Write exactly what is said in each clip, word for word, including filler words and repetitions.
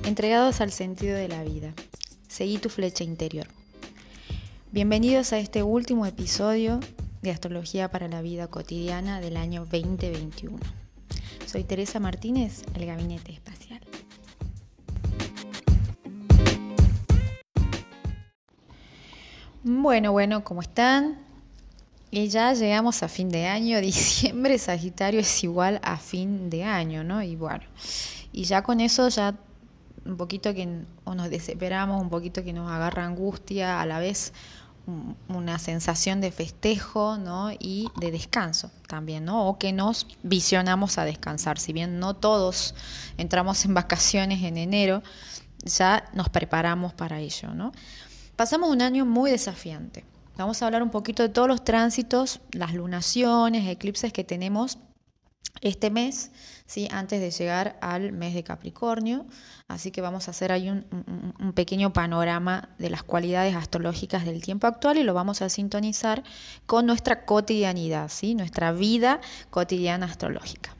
entregados al sentido de la vida. Seguí tu flecha interior. Bienvenidos a este último episodio de Astrología para la Vida Cotidiana del año veinte veintiuno. Soy Teresa Martínez, el Gabinete Espacial. Bueno, bueno, ¿cómo están? Y ya llegamos a fin de año, diciembre, Sagitario es igual a fin de año, ¿no? Y bueno, y ya con eso ya un poquito que o nos desesperamos, un poquito que nos agarra angustia, a la vez un, una sensación de festejo, ¿no? Y de descanso también, ¿no? O que nos visionamos a descansar, si bien no todos entramos en vacaciones en enero, ya nos preparamos para ello, ¿no? Pasamos un año muy desafiante. Vamos a hablar un poquito de todos los tránsitos, las lunaciones, eclipses que tenemos este mes, ¿sí? Antes de llegar al mes de Capricornio. Así que vamos a hacer ahí un, un, un pequeño panorama de las cualidades astrológicas del tiempo actual y lo vamos a sintonizar con nuestra cotidianidad, ¿sí? Nuestra vida cotidiana astrológica.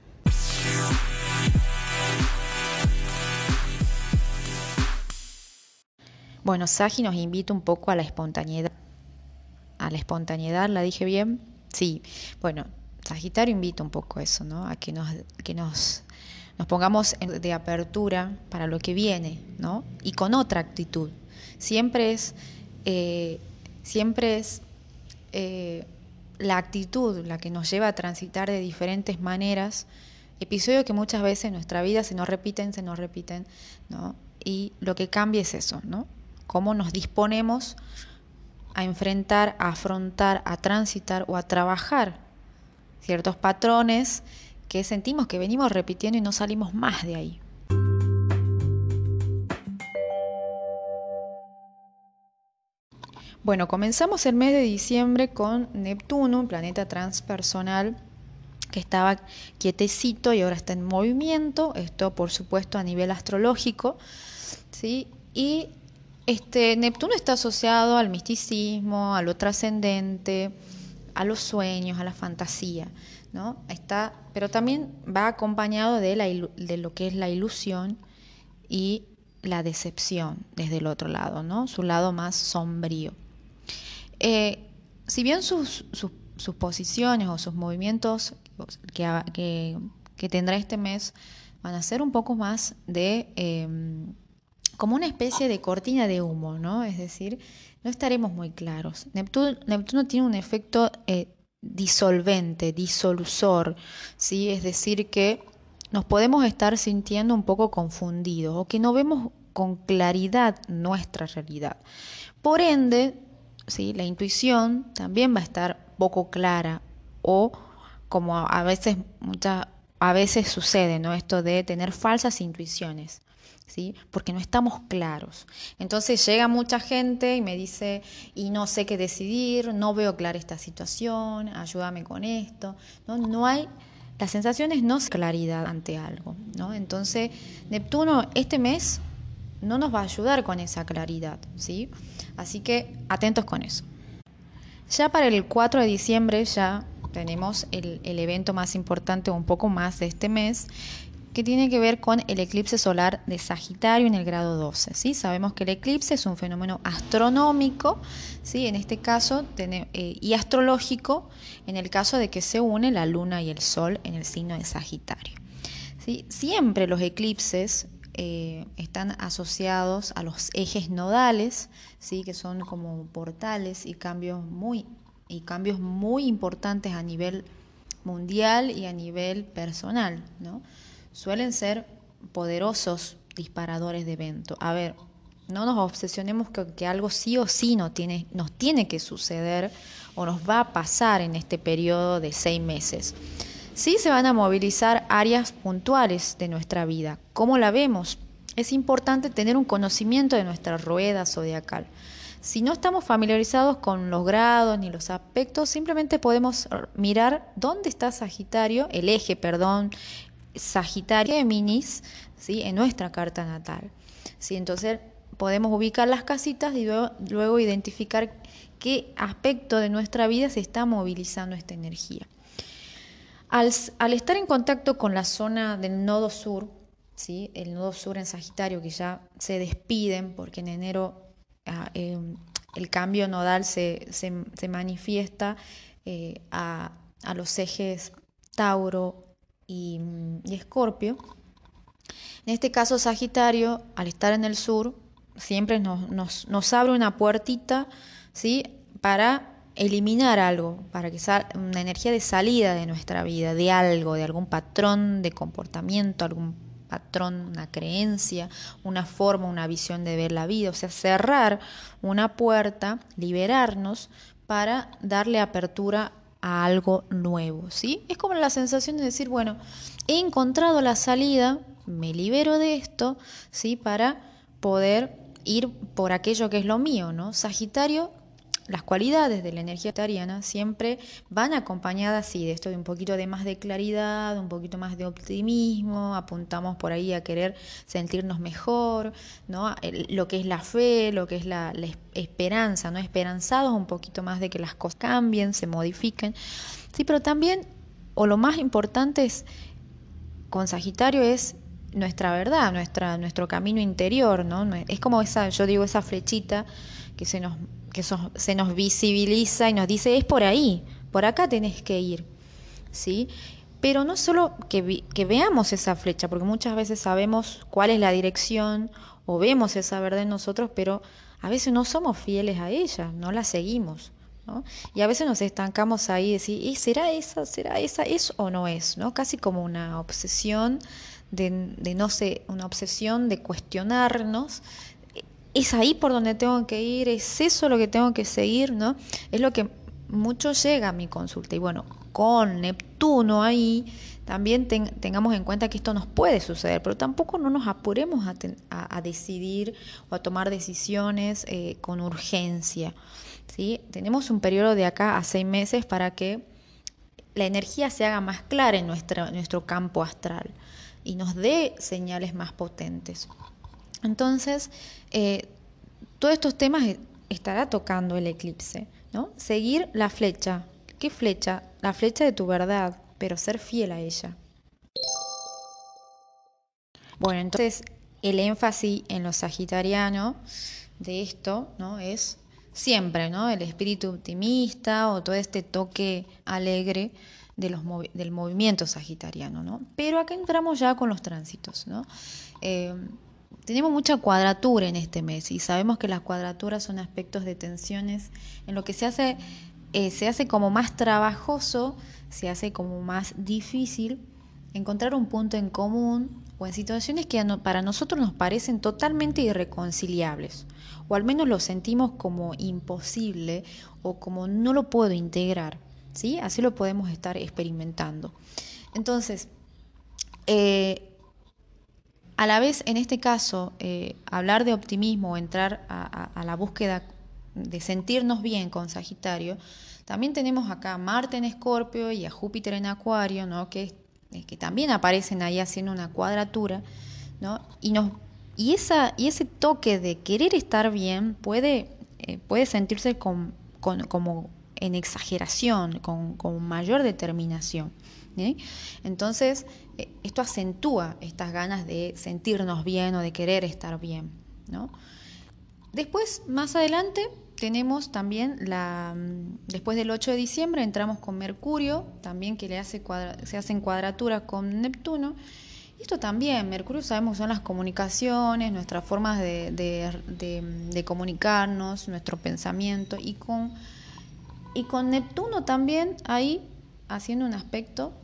Bueno, Sagi nos invita un poco a la espontaneidad. A la espontaneidad, ¿la dije bien? Sí, bueno, Sagitario invita un poco a eso, ¿no? A que nos, que nos, nos pongamos de apertura para lo que viene, ¿no? Y con otra actitud. Siempre es, eh, siempre es eh, la actitud la que nos lleva a transitar de diferentes maneras, episodios que muchas veces en nuestra vida se nos repiten, se nos repiten, ¿no? Y lo que cambia es eso, ¿no? Cómo nos disponemos a enfrentar, a afrontar, a transitar o a trabajar ciertos patrones que sentimos que venimos repitiendo y no salimos más de ahí. Bueno, comenzamos el mes de diciembre con Neptuno, un planeta transpersonal que estaba quietecito y ahora está en movimiento. Esto, por supuesto, a nivel astrológico, ¿sí? Y este Neptuno está asociado al misticismo, a lo trascendente, a los sueños, a la fantasía, ¿no? Está, pero también va acompañado de, la, de lo que es la ilusión y la decepción desde el otro lado, ¿no? Su lado más sombrío. Eh, si bien sus, sus, sus posiciones o sus movimientos que, que, que tendrá este mes van a ser un poco más de eh, como una especie de cortina de humo, ¿no? Es decir, no estaremos muy claros. Neptuno, Neptuno tiene un efecto eh, disolvente, disolusor, ¿sí? Es decir, que nos podemos estar sintiendo un poco confundidos o que no vemos con claridad nuestra realidad. Por ende, ¿sí? La intuición también va a estar poco clara o como a veces, muchas, a veces sucede, ¿no? Esto de tener falsas intuiciones. ¿Sí? Porque no estamos claros. Entonces llega mucha gente y me dice, y no sé qué decidir, no veo clara esta situación, ayúdame con esto. No, no hay, las sensaciones no son claridad ante algo, ¿no? Entonces Neptuno este mes no nos va a ayudar con esa claridad, ¿sí? Así que atentos con eso. Ya para el cuatro de diciembre ya tenemos el, el evento más importante, un poco más de este mes, que tiene que ver con el eclipse solar de Sagitario en el grado doce, ¿sí? Sabemos que el eclipse es un fenómeno astronómico, ¿sí? En este caso, eh, y astrológico, en el caso de que se une la luna y el sol en el signo de Sagitario, ¿sí? Siempre los eclipses eh, están asociados a los ejes nodales, ¿sí? Que son como portales y cambios muy, y cambios muy importantes a nivel mundial y a nivel personal, ¿no? Suelen ser poderosos disparadores de evento. A ver, no nos obsesionemos con que algo sí o sí no tiene, nos tiene que suceder o nos va a pasar en este periodo de seis meses. Sí se van a movilizar áreas puntuales de nuestra vida. ¿Cómo la vemos? Es importante tener un conocimiento de nuestra rueda zodiacal. Si no estamos familiarizados con los grados ni los aspectos, simplemente podemos mirar dónde está Sagitario, el eje, perdón, Sagitario Géminis, ¿sí? En nuestra carta natal, ¿sí? Entonces podemos ubicar las casitas y luego, luego identificar qué aspecto de nuestra vida se está movilizando esta energía. Al, al estar en contacto con la zona del nodo sur, ¿sí? El nodo sur en Sagitario, que ya se despiden porque en enero ah, eh, el cambio nodal se, se, se manifiesta eh, a, a los ejes Tauro y, y Escorpio. En este caso Sagitario, al estar en el sur, siempre nos, nos, nos abre una puertita, ¿sí? Para eliminar algo, para que salga una energía de salida de nuestra vida, de algo, de algún patrón de comportamiento, algún patrón, una creencia, una forma, una visión de ver la vida, o sea, cerrar una puerta, liberarnos para darle apertura a algo nuevo, ¿sí? Es como la sensación de decir, bueno, he encontrado la salida, me libero de esto, ¿sí? Para poder ir por aquello que es lo mío, ¿no? Sagitario, las cualidades de la energía sagitariana siempre van acompañadas, sí, de esto de un poquito de más de claridad, un poquito más de optimismo, apuntamos por ahí a querer sentirnos mejor, ¿no? Lo que es la fe, lo que es la, la esperanza, ¿no? Esperanzados un poquito más de que las cosas cambien, se modifiquen, sí, pero también, o lo más importante es, con Sagitario es nuestra verdad, nuestra, nuestro camino interior, ¿no? Es como esa, yo digo, esa flechita que se nos, que so, se nos visibiliza y nos dice, es por ahí, por acá tenés que ir, ¿sí? Pero no solo que, vi, que veamos esa flecha, porque muchas veces sabemos cuál es la dirección o vemos esa verdad en nosotros, pero a veces no somos fieles a ella, no la seguimos, ¿no? Y a veces nos estancamos ahí y decir, ¿eh, ¿será esa, será esa, es o no es? ¿No? Casi como una obsesión de, de no sé, una obsesión de cuestionarnos. ¿Es ahí por donde tengo que ir? ¿Es eso lo que tengo que seguir? ¿No? Es lo que mucho llega a mi consulta. Y bueno, con Neptuno ahí, también ten, tengamos en cuenta que esto nos puede suceder, pero tampoco no nos apuremos a, ten, a, a decidir o a tomar decisiones eh, con urgencia, ¿sí? Tenemos un periodo de acá a seis meses para que la energía se haga más clara en nuestra, nuestro campo astral y nos dé señales más potentes. Entonces, eh, todos estos temas estará tocando el eclipse, ¿no? Seguir la flecha. ¿Qué flecha? La flecha de tu verdad, pero ser fiel a ella. Bueno, entonces el énfasis en lo sagitariano de esto, ¿no? Es siempre, ¿no? El espíritu optimista o todo este toque alegre de los movi- del movimiento sagitariano, ¿no? Pero acá entramos ya con los tránsitos, ¿no? Eh, tenemos mucha cuadratura en este mes y sabemos que las cuadraturas son aspectos de tensiones en lo que se hace, eh, se hace como más trabajoso, se hace como más difícil encontrar un punto en común o en situaciones que para nosotros nos parecen totalmente irreconciliables, o al menos lo sentimos como imposible o como no lo puedo integrar, ¿sí? Así lo podemos estar experimentando. Entonces, eh, a la vez, en este caso, eh, hablar de optimismo o entrar a, a, a la búsqueda de sentirnos bien con Sagitario, también tenemos acá a Marte en Escorpio y a Júpiter en Acuario, ¿no? que, eh, que también aparecen ahí haciendo una cuadratura, ¿no? y, nos, y, esa, y ese toque de querer estar bien puede, eh, puede sentirse con, con, como en exageración, con, con mayor determinación. ¿Sí? Entonces, esto acentúa estas ganas de sentirnos bien o de querer estar bien, ¿no? Después, más adelante, tenemos también la, después del ocho de diciembre entramos con Mercurio, también que le hace cuadra, se hace en cuadratura con Neptuno. Y esto también, Mercurio sabemos son las comunicaciones, nuestras formas de, de, de, de comunicarnos, nuestro pensamiento, y con, y con Neptuno también ahí haciendo un aspecto,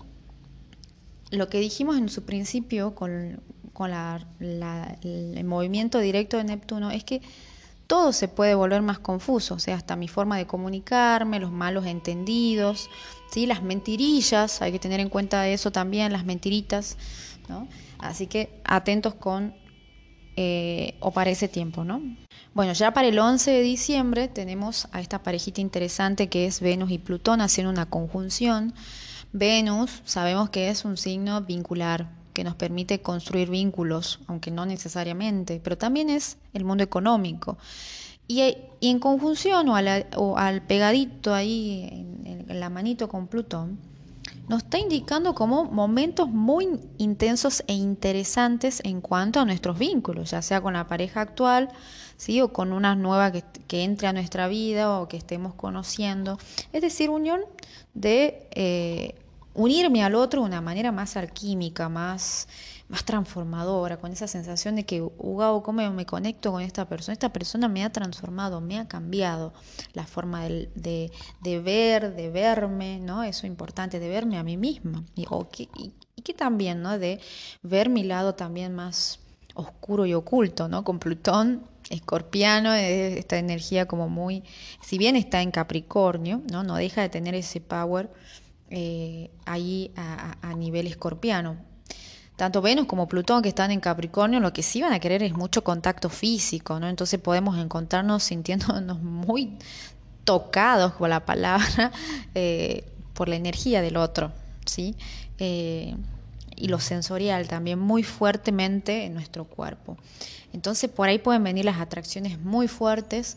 lo que dijimos en su principio con, con la, la, el movimiento directo de Neptuno es que todo se puede volver más confuso, o sea, hasta mi forma de comunicarme, los malos entendidos, ¿sí? Las mentirillas, hay que tener en cuenta eso también, las mentiritas, ¿no? Así que atentos con eh, o para ese tiempo, ¿no? Bueno, ya para el once de diciembre tenemos a esta parejita interesante que es Venus y Plutón haciendo una conjunción. Venus sabemos que es un signo vincular, que nos permite construir vínculos, aunque no necesariamente, pero también es el mundo económico. Y, y en conjunción o, a la, o al pegadito ahí en, en la manito con Plutón, nos está indicando como momentos muy intensos e interesantes en cuanto a nuestros vínculos, ya sea con la pareja actual, ¿sí? O con una nueva que, que entre a nuestra vida o que estemos conociendo. Es decir, unión de eh, unirme al otro de una manera más alquímica, más, más transformadora, con esa sensación de que, wow, ¿cómo me conecto con esta persona? Esta persona me ha transformado, me ha cambiado la forma de, de, de ver, de verme, ¿no? Eso es importante, de verme a mí misma. Y, o que, y, y que también, ¿no? De ver mi lado también más oscuro y oculto, ¿no? Con Plutón, Escorpiano, es esta energía como muy, si bien está en Capricornio, ¿no? No deja de tener ese power eh, ahí a, a nivel escorpiano. Tanto Venus como Plutón que están en Capricornio, lo que sí van a querer es mucho contacto físico, ¿no? Entonces podemos encontrarnos sintiéndonos muy tocados por la palabra, eh, por la energía del otro, ¿sí? Eh, y lo sensorial también muy fuertemente en nuestro cuerpo. Entonces por ahí pueden venir las atracciones muy fuertes,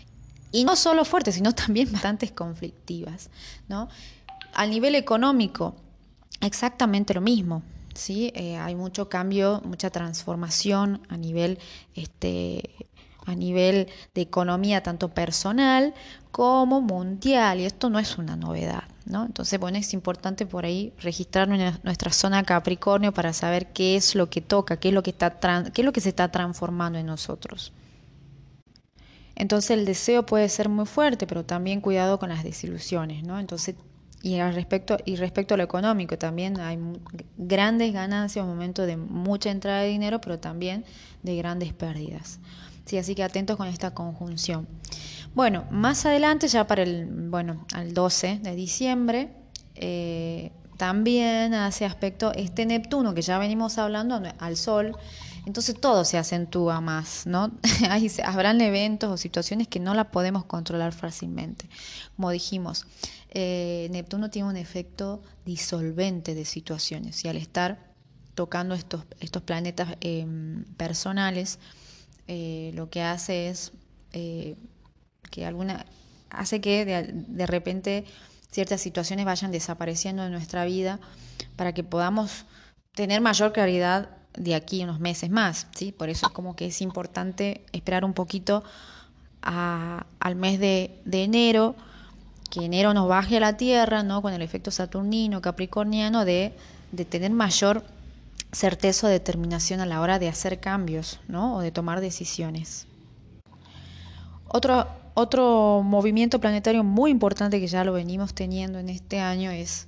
y no solo fuertes, sino también bastante conflictivas, ¿no? Al nivel económico, exactamente lo mismo. ¿Sí? Eh, hay mucho cambio, mucha transformación a nivel, este, a nivel de economía, tanto personal como mundial, y esto no es una novedad, ¿no? Entonces, bueno, es importante por ahí registrar nuestra zona Capricornio para saber qué es lo que toca, qué es lo que está, qué es lo que se está transformando en nosotros. Entonces el deseo puede ser muy fuerte, pero también cuidado con las desilusiones, ¿no? Entonces, y al respecto, y respecto a lo económico, también hay grandes ganancias, un momento de mucha entrada de dinero, pero también de grandes pérdidas. Sí, así que atentos con esta conjunción. Bueno, más adelante, ya para el, bueno, al doce de diciembre, eh, también hace aspecto este Neptuno que ya venimos hablando al Sol. Entonces todo se acentúa más, ¿no? Hay, habrán eventos o situaciones que no la podemos controlar fácilmente. Como dijimos, eh, Neptuno tiene un efecto disolvente de situaciones, y al estar tocando estos, estos planetas eh, personales, eh, lo que hace es eh, que alguna hace que de, de repente ciertas situaciones vayan desapareciendo de nuestra vida para que podamos tener mayor claridad de aquí a unos meses más, ¿sí? Por eso es como que es importante esperar un poquito a, al mes de, de enero, que enero nos baje a la Tierra, ¿no? Con el efecto saturnino, capricorniano, de, de tener mayor certeza o determinación a la hora de hacer cambios, ¿no? O de tomar decisiones. Otro, otro movimiento planetario muy importante que ya lo venimos teniendo en este año es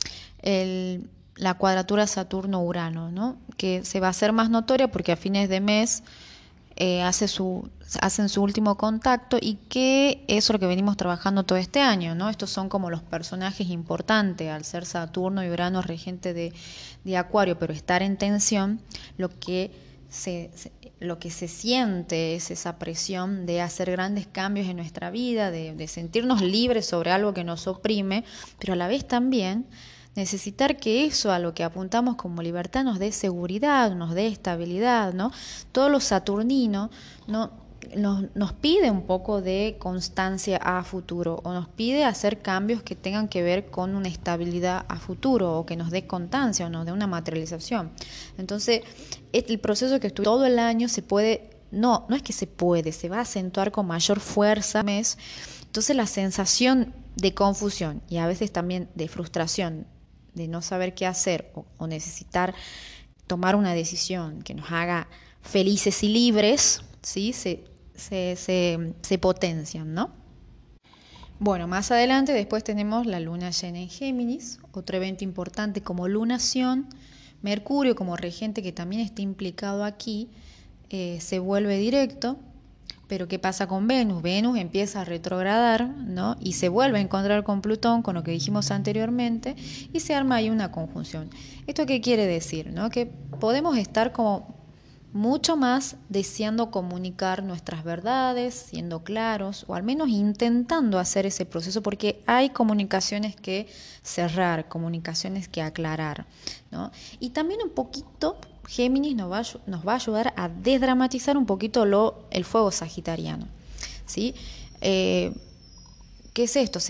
el la cuadratura Saturno-Urano, ¿no? Que se va a hacer más notoria porque a fines de mes eh, hace su, hacen su último contacto, y que eso es lo que venimos trabajando todo este año, ¿no? Estos son como los personajes importantes, al ser Saturno y Urano regente de, de Acuario, pero estar en tensión, lo que se, se, lo que se siente es esa presión de hacer grandes cambios en nuestra vida, de, de sentirnos libres sobre algo que nos oprime, pero a la vez también necesitar que eso a lo que apuntamos como libertad nos dé seguridad, nos dé estabilidad, ¿no? Todo lo saturnino, ¿no? Nos, nos pide un poco de constancia a futuro, o nos pide hacer cambios que tengan que ver con una estabilidad a futuro, o que nos dé constancia o nos dé una materialización. Entonces, el proceso que estuve todo el año se puede, no, no es que se puede, se va a acentuar con mayor fuerza mes. Entonces la sensación de confusión y a veces también de frustración, de no saber qué hacer, o, o necesitar tomar una decisión que nos haga felices y libres, ¿sí? se, se, se, se potencian, ¿no? Bueno, más adelante después tenemos la luna llena en Géminis, otro evento importante como lunación. Mercurio como regente, que también está implicado aquí, eh, se vuelve directo. Pero ¿qué pasa con Venus? Venus empieza a retrogradar, ¿no? Y se vuelve a encontrar con Plutón, con lo que dijimos anteriormente, y se arma ahí una conjunción. ¿Esto qué quiere decir? ¿No? Que podemos estar como mucho más deseando comunicar nuestras verdades, siendo claros, o al menos intentando hacer ese proceso, porque hay comunicaciones que cerrar, comunicaciones que aclarar, ¿no? Y también un poquito Géminis nos va, a, nos va a ayudar a desdramatizar un poquito lo, el fuego sagitariano, ¿sí? Eh, ¿Qué es esto? O sea,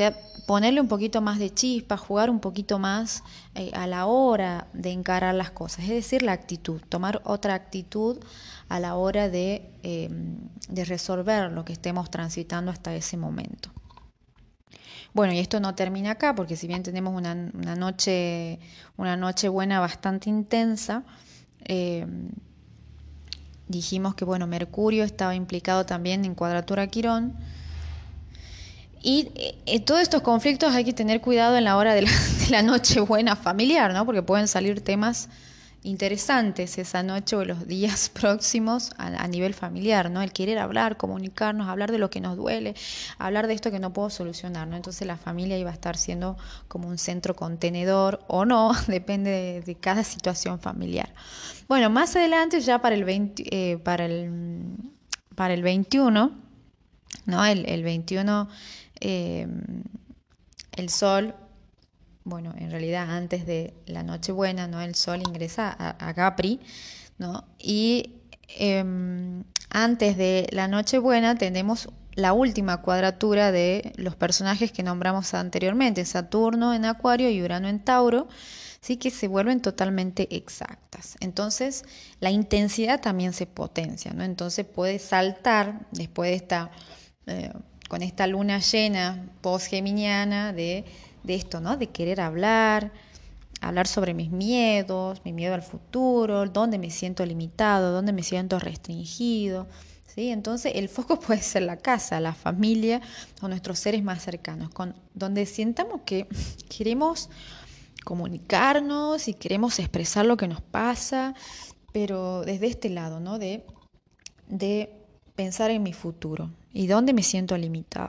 ponerle un poquito más de chispa, jugar un poquito más eh, a la hora de encarar las cosas, es decir, la actitud, tomar otra actitud a la hora de, eh, de resolver lo que estemos transitando hasta ese momento. Bueno, y esto no termina acá, porque si bien tenemos una, una noche, una noche buena bastante intensa, eh, dijimos que bueno, Mercurio estaba implicado también en cuadratura a Quirón. Y eh, todos estos conflictos hay que tener cuidado en la hora de la, de la noche buena familiar, ¿no? Porque pueden salir temas interesantes esa noche o los días próximos a, a nivel familiar, ¿no? El querer hablar, comunicarnos, hablar de lo que nos duele, hablar de esto que no puedo solucionar, ¿no? Entonces la familia iba a estar siendo como un centro contenedor o no, depende de, de cada situación familiar. Bueno, más adelante ya para el veinte, eh, para el para el veintiuno, ¿no? El, el veintiuno eh, el Sol, bueno, en realidad antes de la Nochebuena, ¿no? El Sol ingresa a, a Capri, ¿no? Y eh, antes de la Nochebuena tenemos la última cuadratura de los personajes que nombramos anteriormente, Saturno en Acuario y Urano en Tauro, sí, que se vuelven totalmente exactas. Entonces, la intensidad también se potencia, ¿no? Entonces puede saltar después de esta, eh, con esta luna llena post-geminiana de de esto, ¿no? De querer hablar, hablar sobre mis miedos, mi miedo al futuro, dónde me siento limitado, dónde me siento restringido, ¿sí? Entonces el foco puede ser la casa, la familia o nuestros seres más cercanos, con, donde sientamos que queremos comunicarnos y queremos expresar lo que nos pasa, pero desde este lado, ¿no? De, de pensar en mi futuro y dónde me siento limitado.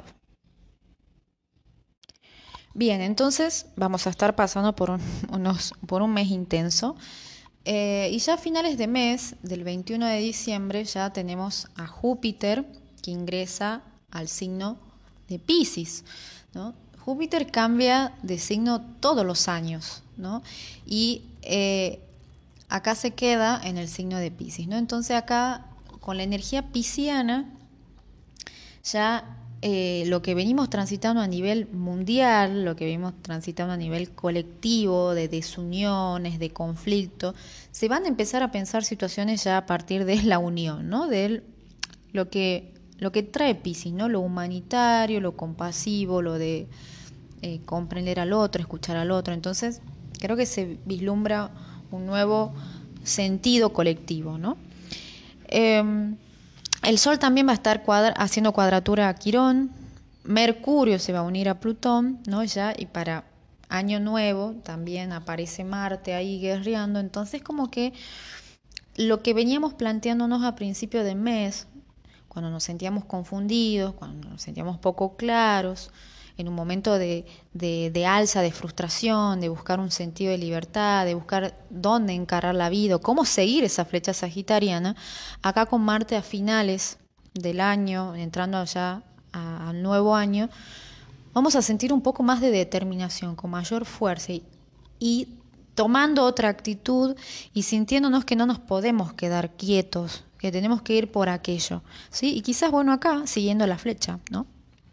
Bien, entonces vamos a estar pasando por un, unos, por un mes intenso eh, y ya a finales de mes, del veintiuno de diciembre, ya tenemos a Júpiter que ingresa al signo de Piscis, ¿no? Júpiter cambia de signo todos los años, ¿no? Y eh, acá se queda en el signo de Piscis, ¿no? Entonces acá con la energía pisciana ya Eh, lo que venimos transitando a nivel mundial, lo que venimos transitando a nivel colectivo, de desuniones, de conflicto, se van a empezar a pensar situaciones ya a partir de la unión, ¿no? De lo que, lo que trae Piscis, ¿no? Lo humanitario, lo compasivo, lo de eh, comprender al otro, escuchar al otro. Entonces, creo que se vislumbra un nuevo sentido colectivo, ¿no? Eh, El Sol también va a estar cuadra, haciendo cuadratura a Quirón, Mercurio se va a unir a Plutón, ¿no? Ya, y para Año Nuevo también aparece Marte ahí guerreando, entonces como que lo que veníamos planteándonos a principio de mes, cuando nos sentíamos confundidos, cuando nos sentíamos poco claros, en un momento de, de, de alza, de frustración, de buscar un sentido de libertad, de buscar dónde encarar la vida, cómo seguir esa flecha sagitariana, acá con Marte a finales del año, entrando ya a, al nuevo año, vamos a sentir un poco más de determinación, con mayor fuerza y, y tomando otra actitud y sintiéndonos que no nos podemos quedar quietos, que tenemos que ir por aquello, ¿sí? Y quizás, bueno, acá, siguiendo la flecha, ¿no?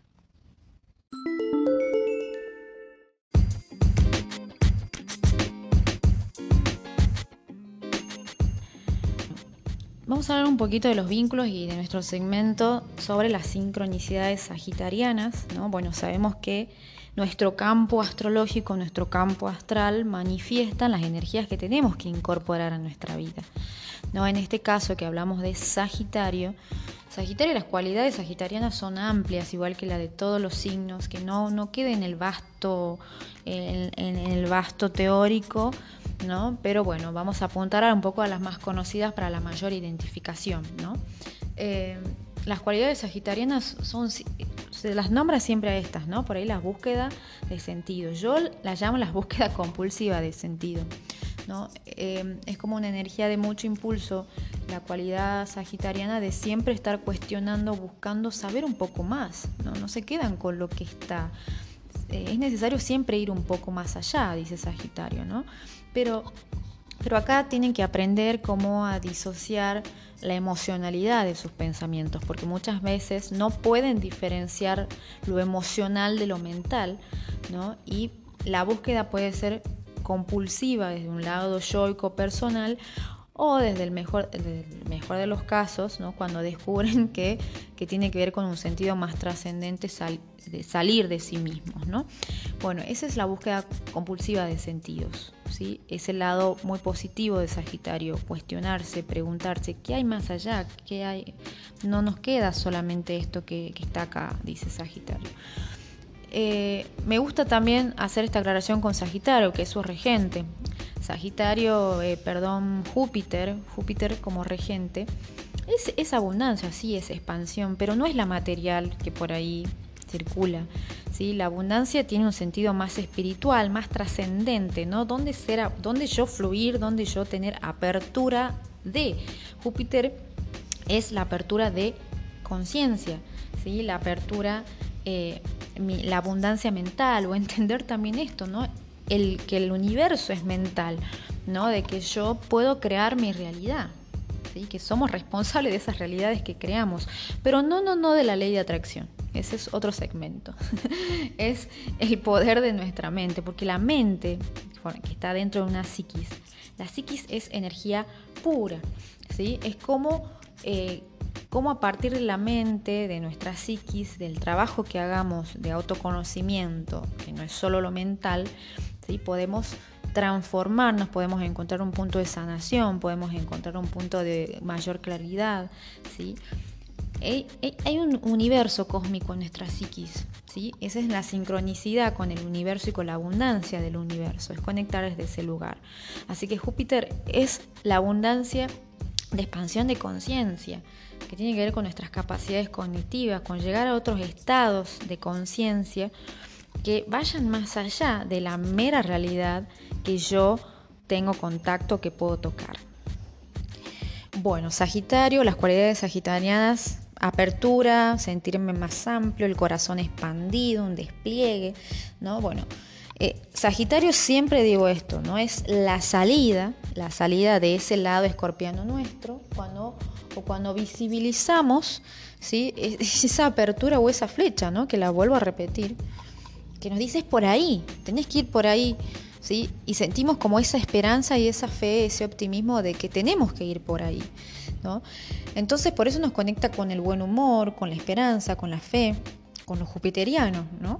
Vamos a hablar un poquito de los vínculos y de nuestro segmento sobre las sincronicidades sagitarianas, ¿no? Bueno, sabemos que nuestro campo astrológico, nuestro campo astral manifiestan las energías que tenemos que incorporar a nuestra vida, ¿no? En este caso que hablamos de Sagitario, Sagitario, las cualidades sagitarianas son amplias, igual que la de todos los signos, que no, no quede en el vasto, en, en el vasto teórico, ¿no? Pero bueno, vamos a apuntar un poco a las más conocidas para la mayor identificación, ¿no? Eh, las cualidades sagitarianas son, se las nombra siempre a estas, ¿no? Por ahí las búsquedas de sentido. Yo las llamo las búsquedas compulsivas de sentido, ¿no? Eh, es como una energía de mucho impulso, la cualidad sagitariana de siempre estar cuestionando, buscando saber un poco más, ¿no? No se quedan con lo que está. Eh, es necesario siempre ir un poco más allá, dice Sagitario, ¿no? Pero Pero acá tienen que aprender cómo a disociar la emocionalidad de sus pensamientos, porque muchas veces no pueden diferenciar lo emocional de lo mental, ¿no? Y la búsqueda puede ser compulsiva desde un lado yoico personal o desde el mejor, desde el mejor de los casos, ¿no? Cuando descubren que, que tiene que ver con un sentido más trascendente, sal, de salir de sí mismos, ¿no? Bueno, esa es la búsqueda compulsiva de sentidos, ¿sí? Es el lado muy positivo de Sagitario, cuestionarse, preguntarse, ¿qué hay más allá? ¿Qué hay? No nos queda solamente esto que, que está acá, dice Sagitario. Eh, me gusta también hacer esta aclaración con Sagitario, que es su regente. Sagitario, eh, perdón, Júpiter, Júpiter como regente, es, es abundancia, sí, es expansión, pero no es la material que por ahí circula, ¿sí? La abundancia tiene un sentido más espiritual, más trascendente, ¿no? ¿Dónde, ser, dónde yo fluir, dónde yo tener apertura de? Júpiter es la apertura de conciencia, ¿sí? La apertura, eh, mi, la abundancia mental, o entender también esto, ¿no? El, que el universo es mental, ¿no? De que yo puedo crear mi realidad, ¿sí? Que somos responsables de esas realidades que creamos, pero no, no, no de la ley de atracción. Ese es otro segmento. Es el poder de nuestra mente, porque la mente, que está dentro de una psiquis, la psiquis es energía pura, ¿sí? Es como, eh, como a partir de la mente, de nuestra psiquis, del trabajo que hagamos de autoconocimiento, que no es solo lo mental, ¿sí? Podemos transformarnos, podemos encontrar un punto de sanación, podemos encontrar un punto de mayor claridad, ¿sí? Hay un universo cósmico en nuestra psiquis, ¿sí? Esa es la sincronicidad con el universo y con la abundancia del universo, es conectar desde ese lugar. Así que Júpiter es la abundancia de expansión de conciencia, que tiene que ver con nuestras capacidades cognitivas, con llegar a otros estados de conciencia que vayan más allá de la mera realidad que yo tengo contacto, que puedo tocar. Bueno, Sagitario, las cualidades sagitarianas: apertura, sentirme más amplio, el corazón expandido, un despliegue, ¿no? Bueno, eh, Sagitario, siempre digo esto, ¿no? Es la salida, la salida de ese lado escorpiano nuestro, cuando, o cuando visibilizamos, ¿sí? Esa apertura o esa flecha, ¿no? Que la vuelvo a repetir, que nos dice: es por ahí, tenés que ir por ahí, ¿sí? Y sentimos como esa esperanza y esa fe, ese optimismo de que tenemos que ir por ahí, ¿no? Entonces, por eso nos conecta con el buen humor, con la esperanza, con la fe, con lo jupiteriano, ¿no?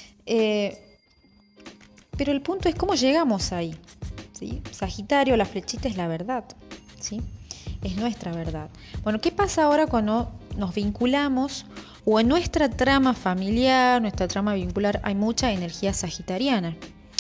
Eh, pero el punto es cómo llegamos ahí, ¿sí? Sagitario, la flechita es la verdad, ¿sí? Es nuestra verdad. Bueno, ¿qué pasa ahora cuando nos vinculamos, o en nuestra trama familiar, nuestra trama vincular, hay mucha energía sagitariana?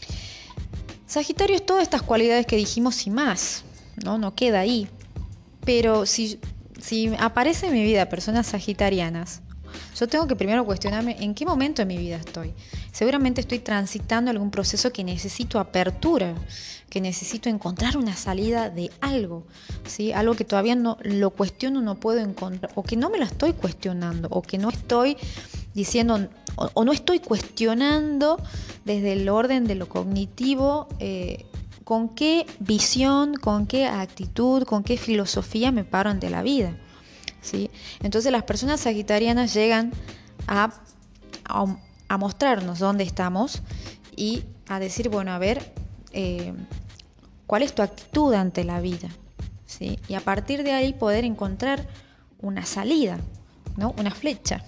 Sagitario es todas estas cualidades que dijimos y más, ¿no? No queda ahí. Pero si, si aparece en mi vida personas sagitarianas, yo tengo que primero cuestionarme en qué momento de mi vida estoy. Seguramente estoy transitando algún proceso que necesito apertura, que necesito encontrar una salida de algo, ¿sí? Algo que todavía no lo cuestiono, no puedo encontrar, o que no me la estoy cuestionando, o que no estoy diciendo, o, o no estoy cuestionando desde el orden de lo cognitivo, eh, con qué visión, con qué actitud, con qué filosofía me paro ante la vida, ¿sí? Entonces las personas sagitarianas llegan a, a, a mostrarnos dónde estamos y a decir, bueno, a ver, eh, ¿cuál es tu actitud ante la vida? ¿Sí? Y a partir de ahí poder encontrar una salida, ¿no? Una flecha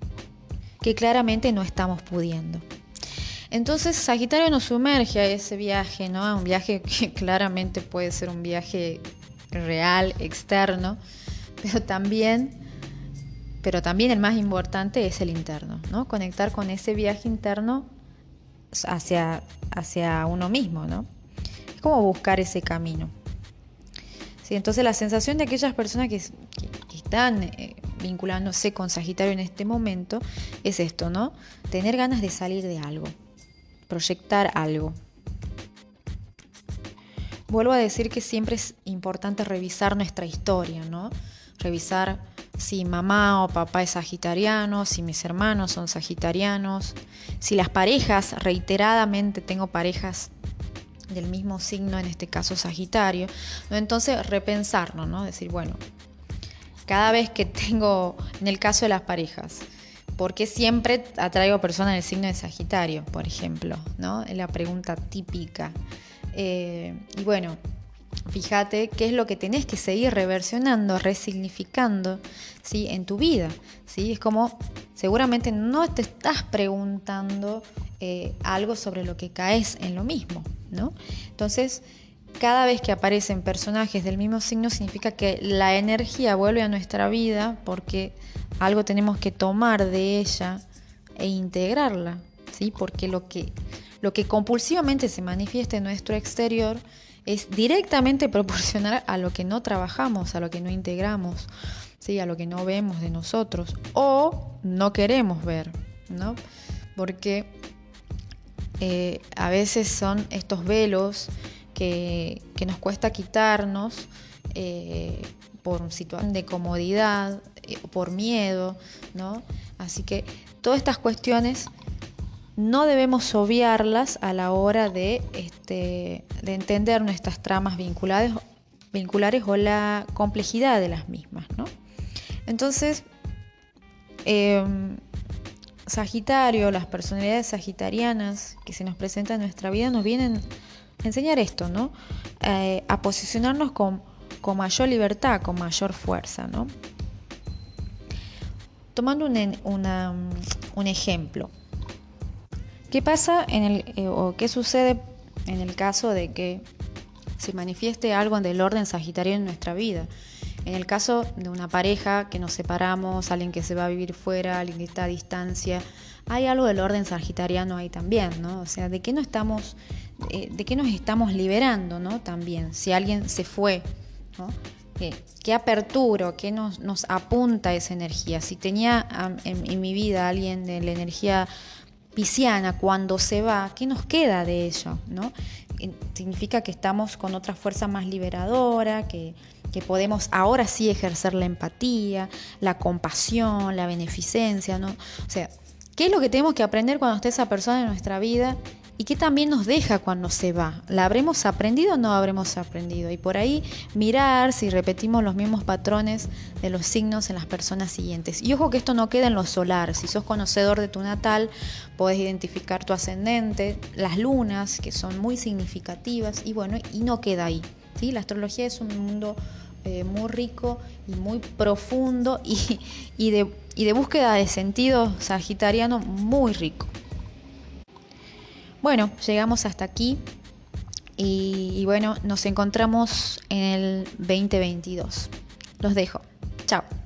que claramente no estamos pudiendo. Entonces Sagitario nos sumerge a ese viaje, ¿no? A un viaje que claramente puede ser un viaje real, externo, pero también, pero también el más importante es el interno, ¿no? Conectar con ese viaje interno hacia, hacia uno mismo, ¿no? Es como buscar ese camino. ¿Sí? Entonces la sensación de aquellas personas que, que, que están eh, vinculándose con Sagitario en este momento es esto, ¿no? Tener ganas de salir de algo, proyectar algo. Vuelvo a decir que siempre es importante revisar nuestra historia, ¿no? Revisar si mamá o papá es sagitariano, si mis hermanos son sagitarianos, si las parejas, reiteradamente tengo parejas del mismo signo, en este caso Sagitario, ¿no? Entonces repensarnos, ¿no? Decir, bueno, cada vez que tengo, en el caso de las parejas, ¿por qué siempre atraigo personas del signo de Sagitario, por ejemplo? ¿No? Es la pregunta típica. Eh, y bueno, fíjate qué es lo que tenés que seguir reversionando, resignificando, ¿sí? En tu vida, ¿sí? Es como, seguramente no te estás preguntando eh, algo sobre lo que caes en lo mismo, ¿no? Entonces, cada vez que aparecen personajes del mismo signo significa que la energía vuelve a nuestra vida porque algo tenemos que tomar de ella e integrarla, ¿sí? Porque lo que, lo que compulsivamente se manifiesta en nuestro exterior es directamente proporcional a lo que no trabajamos, a lo que no integramos, ¿sí? A lo que no vemos de nosotros o no queremos ver, ¿no? Porque eh, a veces son estos velos que, que nos cuesta quitarnos eh, por situación de comodidad, eh, por miedo, ¿no? Así que todas estas cuestiones no debemos obviarlas a la hora de, este, de entender nuestras tramas vinculares, vinculares o la complejidad de las mismas, ¿no? Entonces, eh, Sagitario, las personalidades sagitarianas que se nos presentan en nuestra vida nos vienen a enseñar esto, ¿no? Eh, a posicionarnos con, con mayor libertad, con mayor fuerza, ¿no? Tomando un, una, un ejemplo. ¿Qué pasa en el, eh, o qué sucede en el caso de que se manifieste algo del orden sagitario en nuestra vida? En el caso de una pareja que nos separamos, alguien que se va a vivir fuera, alguien que está a distancia, hay algo del orden sagitariano ahí también, ¿no? O sea, ¿de qué no estamos, eh, de qué nos estamos liberando, ¿no? También, si alguien se fue, ¿no? ¿Qué, qué apertura, qué nos, nos apunta esa energía? Si tenía um, en, en mi vida alguien de la energía pisciana, cuando se va, ¿qué nos queda de ello, ¿no? Significa que estamos con otra fuerza más liberadora, que, que podemos ahora sí ejercer la empatía, la compasión, la beneficencia, ¿no? O sea, ¿qué es lo que tenemos que aprender cuando esté esa persona en nuestra vida? ¿Y qué también nos deja cuando se va? ¿La habremos aprendido o no habremos aprendido? Y por ahí mirar si repetimos los mismos patrones de los signos en las personas siguientes. Y ojo que esto no queda en lo solar. Si sos conocedor de tu natal, podés identificar tu ascendente, las lunas, que son muy significativas, y bueno, y no queda ahí, ¿sí? La astrología es un mundo eh, muy rico y muy profundo y, y, de, y de búsqueda de sentido sagitariano muy rico. Bueno, llegamos hasta aquí y, y bueno, nos encontramos en el veinte veintidós. Los dejo. Chao.